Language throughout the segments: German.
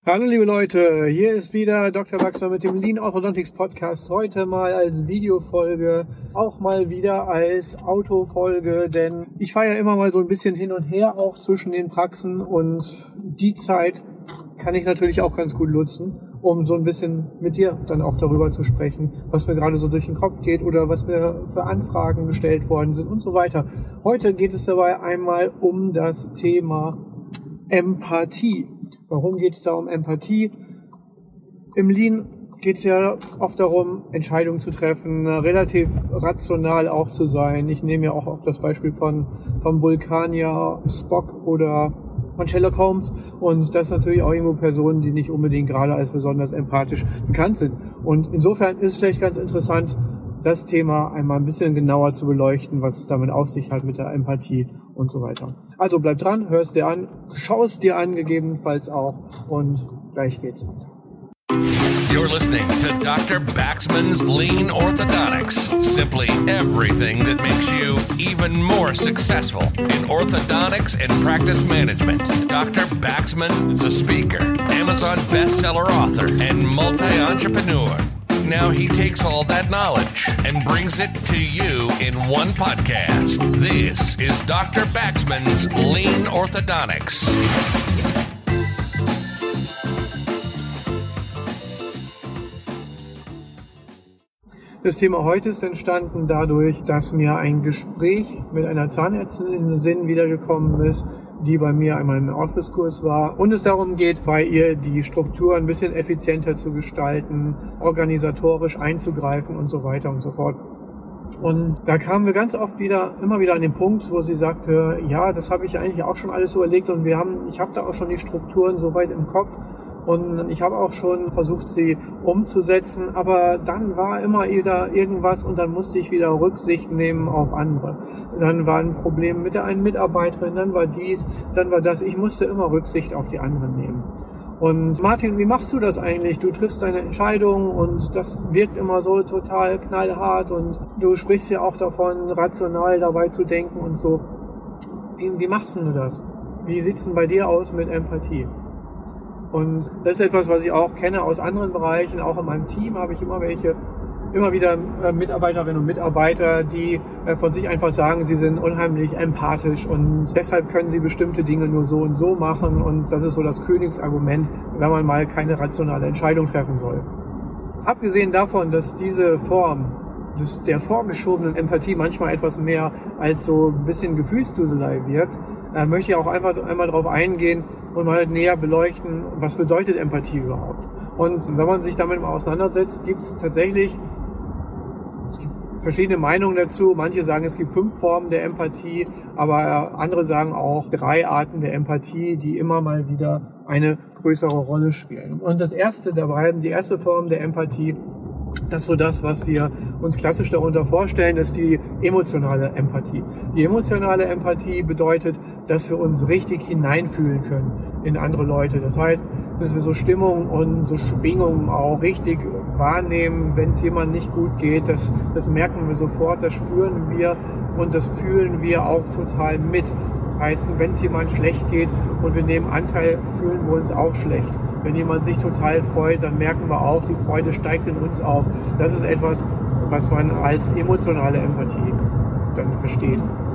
Hallo liebe Leute, hier ist wieder Dr. Baxter mit dem Lean Orthodontics Podcast. Heute mal als Videofolge, auch mal wieder als Autofolge, denn ich fahre ja immer mal so ein bisschen hin und her auch zwischen den Praxen und die Zeit kann ich natürlich auch ganz gut nutzen, um so ein bisschen mit dir dann auch darüber zu sprechen, was mir gerade so durch den Kopf geht oder was mir für Anfragen gestellt worden sind und so weiter. Heute geht es dabei einmal um das Thema Empathie. Warum geht es da um Empathie? Im Lean geht es ja oft darum, Entscheidungen zu treffen, relativ rational auch zu sein. Ich nehme ja auch oft das Beispiel vom Vulkanier Spock oder von Sherlock Holmes. Und das sind natürlich auch irgendwo Personen, die nicht unbedingt gerade als besonders empathisch bekannt sind. Und insofern ist es vielleicht ganz interessant, das Thema einmal ein bisschen genauer zu beleuchten, was es damit auf sich hat mit der Empathie und so weiter. Also bleib dran, hörst dir an, schaust dir an, gegebenenfalls auch, und gleich geht's weiter. You're listening to Dr. Baxman's Lean Orthodontics. Simply everything that makes you even more successful in orthodontics and practice management. Dr. Baxman is a speaker, Amazon bestseller author, and multi-entrepreneur. Now he takes all that knowledge and brings it to you in one podcast. This is Dr. Baxman's Lean Orthodontics. Das Thema heute ist entstanden dadurch, dass mir ein Gespräch mit einer Zahnärztin in den Sinn wiedergekommen ist, die bei mir einmal im Office-Kurs war, und es darum geht, bei ihr die Struktur ein bisschen effizienter zu gestalten, organisatorisch einzugreifen und so weiter und so fort. Und da kamen wir ganz oft immer wieder an den Punkt, wo sie sagte, ja, das habe ich eigentlich auch schon alles so überlegt und ich habe da auch schon die Strukturen so weit im Kopf. Und ich habe auch schon versucht, sie umzusetzen, aber dann war immer wieder irgendwas und dann musste ich wieder Rücksicht nehmen auf andere. Dann war ein Problem mit der einen Mitarbeiterin, dann war dies, dann war das. Ich musste immer Rücksicht auf die anderen nehmen. Und Martin, wie machst du das eigentlich? Du triffst deine Entscheidung und das wirkt immer so total knallhart und du sprichst ja auch davon, rational dabei zu denken und so. Wie machst du das? Wie sieht's denn bei dir aus mit Empathie? Und das ist etwas, was ich auch kenne aus anderen Bereichen. Auch in meinem Team habe ich immer wieder Mitarbeiterinnen und Mitarbeiter, die von sich einfach sagen, sie sind unheimlich empathisch und deshalb können sie bestimmte Dinge nur so und so machen. Und das ist so das Königsargument, wenn man mal keine rationale Entscheidung treffen soll. Abgesehen davon, dass diese Form der vorgeschobenen Empathie manchmal etwas mehr als so ein bisschen Gefühlsduselei wirkt, möchte ich auch einfach einmal darauf eingehen und mal näher beleuchten, was bedeutet Empathie überhaupt. Und wenn man sich damit mal auseinandersetzt, gibt es verschiedene Meinungen dazu. Manche sagen, es gibt 5 Formen der Empathie, aber andere sagen auch 3 Arten der Empathie, die immer mal wieder eine größere Rolle spielen. Und die erste Form der Empathie, das ist so das, was wir uns klassisch darunter vorstellen, ist die emotionale Empathie. Die emotionale Empathie bedeutet, dass wir uns richtig hineinfühlen können in andere Leute. Das heißt, dass wir so Stimmungen und so Schwingungen auch richtig wahrnehmen, wenn es jemandem nicht gut geht. Das merken wir sofort, das spüren wir und das fühlen wir auch total mit. Das heißt, wenn es jemandem schlecht geht und wir nehmen Anteil, fühlen wir uns auch schlecht. Wenn jemand sich total freut, dann merken wir auch, die Freude steigt in uns auf. Das ist etwas, was man als emotionale Empathie dann versteht.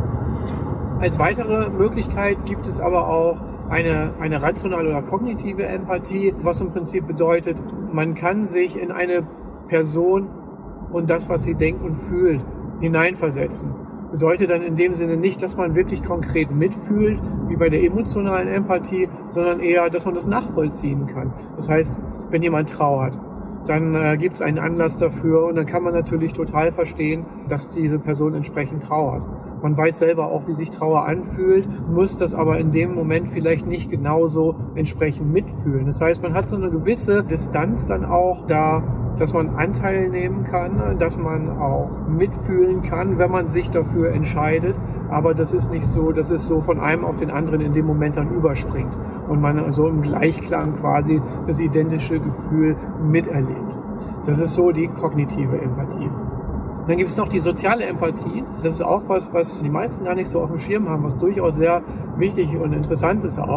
Als weitere Möglichkeit gibt es aber auch eine rationale oder kognitive Empathie, was im Prinzip bedeutet, man kann sich in eine Person und das, was sie denkt und fühlt, hineinversetzen. Bedeutet dann in dem Sinne nicht, dass man wirklich konkret mitfühlt, wie bei der emotionalen Empathie, sondern eher, dass man das nachvollziehen kann. Das heißt, wenn jemand trauert, dann gibt es einen Anlass dafür und dann kann man natürlich total verstehen, dass diese Person entsprechend trauert. Man weiß selber auch, wie sich Trauer anfühlt, muss das aber in dem Moment vielleicht nicht genauso entsprechend mitfühlen. Das heißt, man hat so eine gewisse Distanz dann auch da, dass man Anteil nehmen kann, dass man auch mitfühlen kann, wenn man sich dafür entscheidet. Aber das ist nicht so, dass es so von einem auf den anderen in dem Moment dann überspringt und man so im Gleichklang quasi das identische Gefühl miterlebt. Das ist so die kognitive Empathie. Dann gibt es noch die soziale Empathie. Das ist auch was die meisten gar nicht so auf dem Schirm haben, was durchaus sehr wichtig und interessant ist auch.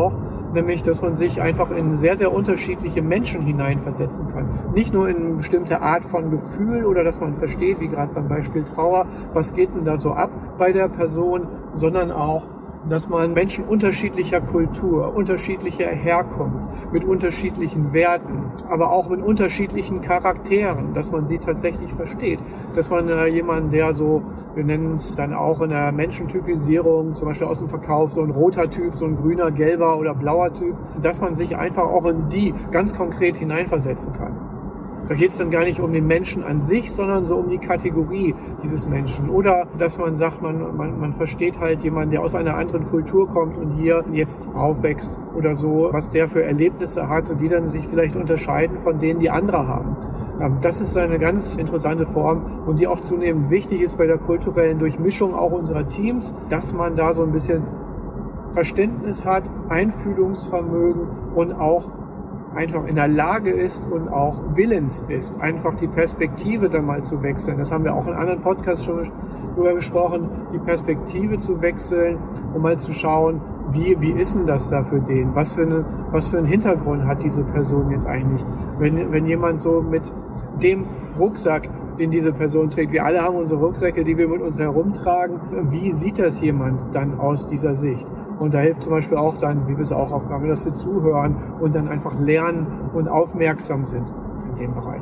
nämlich, dass man sich einfach in sehr, sehr unterschiedliche Menschen hineinversetzen kann. Nicht nur in eine bestimmte Art von Gefühl oder dass man versteht, wie gerade beim Beispiel Trauer, was geht denn da so ab bei der Person, sondern auch, dass man Menschen unterschiedlicher Kultur, unterschiedlicher Herkunft, mit unterschiedlichen Werten, aber auch mit unterschiedlichen Charakteren, dass man sie tatsächlich versteht. Dass man jemanden, der so, wir nennen es dann auch in der Menschentypisierung, zum Beispiel aus dem Verkauf, so ein roter Typ, so ein grüner, gelber oder blauer Typ, dass man sich einfach auch in die ganz konkret hineinversetzen kann. Da geht es dann gar nicht um den Menschen an sich, sondern so um die Kategorie dieses Menschen. Oder dass man sagt, man versteht halt jemanden, der aus einer anderen Kultur kommt und hier jetzt aufwächst oder so, was der für Erlebnisse hat und die dann sich vielleicht unterscheiden von denen, die andere haben. Das ist eine ganz interessante Form und die auch zunehmend wichtig ist bei der kulturellen Durchmischung auch unserer Teams, dass man da so ein bisschen Verständnis hat, Einfühlungsvermögen und auch einfach in der Lage ist und auch willens ist, einfach die Perspektive dann mal zu wechseln. Das haben wir auch in anderen Podcasts schon drüber gesprochen, die Perspektive zu wechseln, um mal zu schauen, wie ist denn das da für den? Was für einen Hintergrund hat diese Person jetzt eigentlich? Wenn jemand so mit dem Rucksack, den diese Person trägt, wir alle haben unsere Rucksäcke, die wir mit uns herumtragen, wie sieht das jemand dann aus dieser Sicht? Und da hilft zum Beispiel auch dann, wie wir es auch aufgaben, dass wir zuhören und dann einfach lernen und aufmerksam sind in dem Bereich.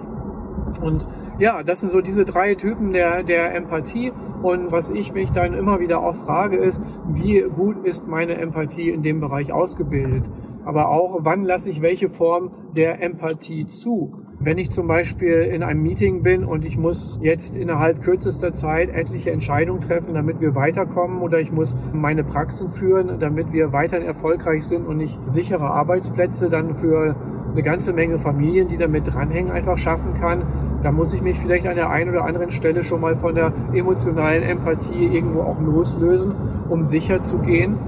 Und ja, das sind so diese 3 Typen der Empathie. Und was ich mich dann immer wieder auch frage ist, wie gut ist meine Empathie in dem Bereich ausgebildet? Aber auch, wann lasse ich welche Form der Empathie zu? Wenn ich zum Beispiel in einem Meeting bin und ich muss jetzt innerhalb kürzester Zeit etliche Entscheidungen treffen, damit wir weiterkommen, oder ich muss meine Praxen führen, damit wir weiterhin erfolgreich sind und ich sichere Arbeitsplätze dann für eine ganze Menge Familien, die damit dranhängen, einfach schaffen kann, da muss ich mich vielleicht an der einen oder anderen Stelle schon mal von der emotionalen Empathie irgendwo auch loslösen, um sicher zu gehen,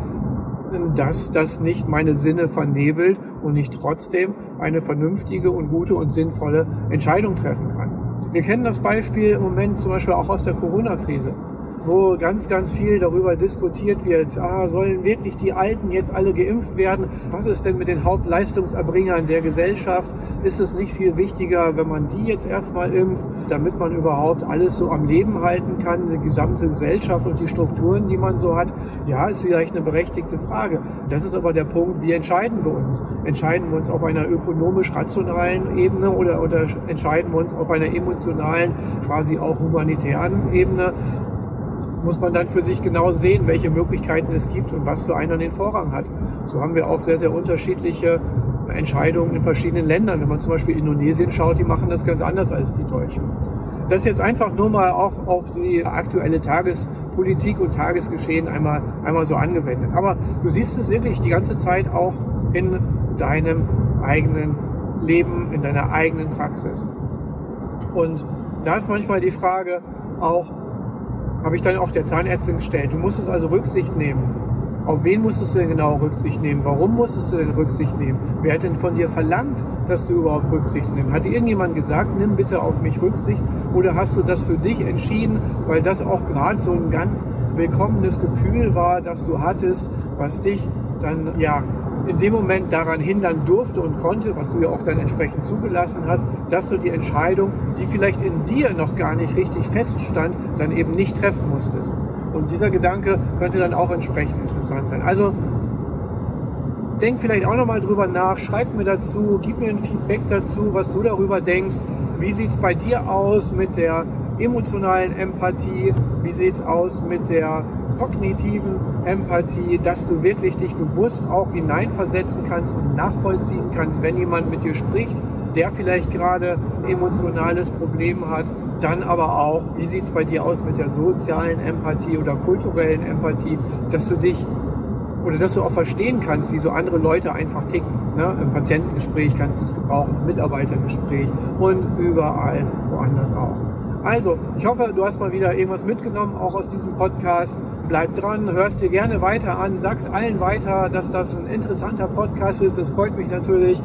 dass das nicht meine Sinne vernebelt und ich trotzdem eine vernünftige und gute und sinnvolle Entscheidung treffen kann. Wir kennen das Beispiel im Moment zum Beispiel auch aus der Corona-Krise, wo ganz, ganz viel darüber diskutiert wird, sollen wirklich die Alten jetzt alle geimpft werden? Was ist denn mit den Hauptleistungserbringern der Gesellschaft? Ist es nicht viel wichtiger, wenn man die jetzt erstmal impft, damit man überhaupt alles so am Leben halten kann, die gesamte Gesellschaft und die Strukturen, die man so hat? Ja, ist vielleicht eine berechtigte Frage. Das ist aber der Punkt, wie entscheiden wir uns? Entscheiden wir uns auf einer ökonomisch-rationalen Ebene oder entscheiden wir uns auf einer emotionalen, quasi auch humanitären Ebene? Muss man dann für sich genau sehen, welche Möglichkeiten es gibt und was für einen den Vorrang hat. So haben wir auch sehr, sehr unterschiedliche Entscheidungen in verschiedenen Ländern. Wenn man zum Beispiel Indonesien schaut, die machen das ganz anders als die Deutschen. Das ist jetzt einfach nur mal auch auf die aktuelle Tagespolitik und Tagesgeschehen einmal so angewendet. Aber du siehst es wirklich die ganze Zeit auch in deinem eigenen Leben, in deiner eigenen Praxis. Und da ist manchmal die Frage auch, habe ich dann auch der Zahnärztin gestellt. Du musstest also Rücksicht nehmen. Auf wen musstest du denn genau Rücksicht nehmen? Warum musstest du denn Rücksicht nehmen? Wer hat denn von dir verlangt, dass du überhaupt Rücksicht nimmst? Hat irgendjemand gesagt, nimm bitte auf mich Rücksicht? Oder hast du das für dich entschieden, weil das auch gerade so ein ganz willkommenes Gefühl war, das du hattest, was dich dann in dem Moment daran hindern durfte und konnte, was du ja auch dann entsprechend zugelassen hast, dass du die Entscheidung, die vielleicht in dir noch gar nicht richtig feststand, dann eben nicht treffen musstest. Und dieser Gedanke könnte dann auch entsprechend interessant sein. Also denk vielleicht auch nochmal drüber nach, schreib mir dazu, gib mir ein Feedback dazu, was du darüber denkst. Wie sieht es bei dir aus mit der emotionalen Empathie? Wie sieht es aus mit der kognitiven Empathie, dass du wirklich dich bewusst auch hineinversetzen kannst und nachvollziehen kannst, wenn jemand mit dir spricht, der vielleicht gerade ein emotionales Problem hat. Dann aber auch, wie sieht es bei dir aus mit der sozialen Empathie oder kulturellen Empathie, dass du auch verstehen kannst, wie so andere Leute einfach ticken. Ne? Im Patientengespräch kannst du es gebrauchen, im Mitarbeitergespräch und überall woanders auch. Also, ich hoffe, du hast mal wieder irgendwas mitgenommen, auch aus diesem Podcast. Bleib dran, hörst dir gerne weiter an, sag's allen weiter, dass das ein interessanter Podcast ist. Das freut mich natürlich.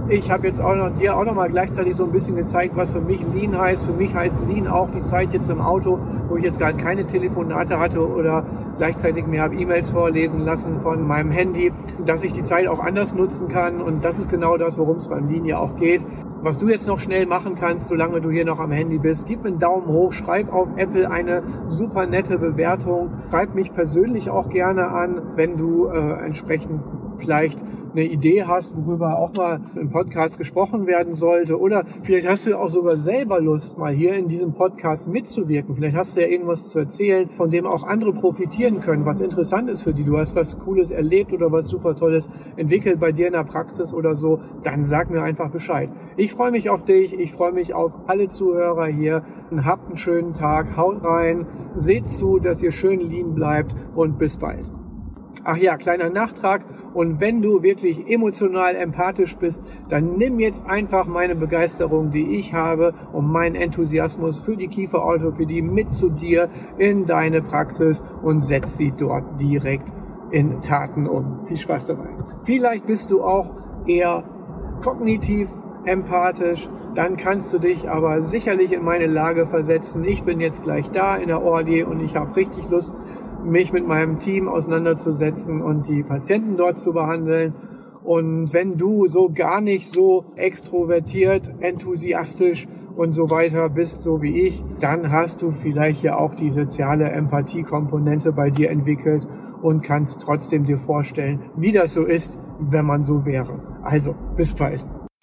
ich habe jetzt dir auch noch mal gleichzeitig so ein bisschen gezeigt, was für mich Lean heißt. Für mich heißt Lean auch die Zeit jetzt im Auto, wo ich jetzt gerade keine Telefonate hatte oder gleichzeitig mir habe E-Mails vorlesen lassen von meinem Handy, dass ich die Zeit auch anders nutzen kann. Und das ist genau das, worum es beim Lean ja auch geht. Was du jetzt noch schnell machen kannst, solange du hier noch am Handy bist, gib mir einen Daumen hoch, schreib auf Apple eine super nette Bewertung, schreib mich persönlich auch gerne an, wenn du entsprechend vielleicht eine Idee hast, worüber auch mal im Podcast gesprochen werden sollte, oder vielleicht hast du auch sogar selber Lust, mal hier in diesem Podcast mitzuwirken. Vielleicht hast du ja irgendwas zu erzählen, von dem auch andere profitieren können, was interessant ist für die. Du hast was Cooles erlebt oder was super Tolles entwickelt bei dir in der Praxis oder so, dann sag mir einfach Bescheid. Ich freue mich auf dich, ich freue mich auf alle Zuhörer hier. Habt einen schönen Tag, haut rein, seht zu, dass ihr schön lean bleibt und bis bald. Ach ja, kleiner Nachtrag. Und wenn du wirklich emotional empathisch bist, dann nimm jetzt einfach meine Begeisterung, die ich habe, und meinen Enthusiasmus für die Kieferorthopädie mit zu dir in deine Praxis und setz sie dort direkt in Taten um. Viel Spaß dabei. Vielleicht bist du auch eher kognitiv empathisch, dann kannst du dich aber sicherlich in meine Lage versetzen. Ich bin jetzt gleich da in der Ordi und ich habe richtig Lust, mich mit meinem Team auseinanderzusetzen und die Patienten dort zu behandeln. Und wenn du so gar nicht so extrovertiert, enthusiastisch und so weiter bist, so wie ich, dann hast du vielleicht ja auch die soziale Empathiekomponente bei dir entwickelt und kannst trotzdem dir vorstellen, wie das so ist, wenn man so wäre. Also, bis bald.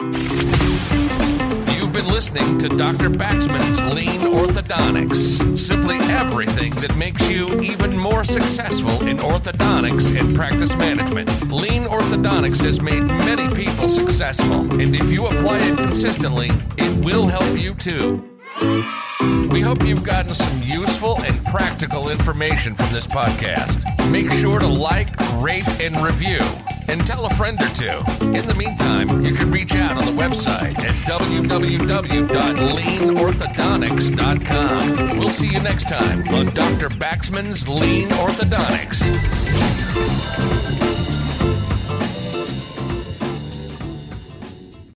You've been listening to Dr. Baxman's Lean Orthodontics. Simply everything that makes you even more successful in orthodontics and practice management. Lean Orthodontics has made many people successful, and if you apply it consistently, it will help you too. We hope you've gotten some useful and practical information from this podcast. Make sure to like, rate, and review. And tell a friend or two. In the meantime, you can reach out on the website at www.leanorthodontics.com. We'll see you next time on Dr. Baxman's Lean Orthodontics.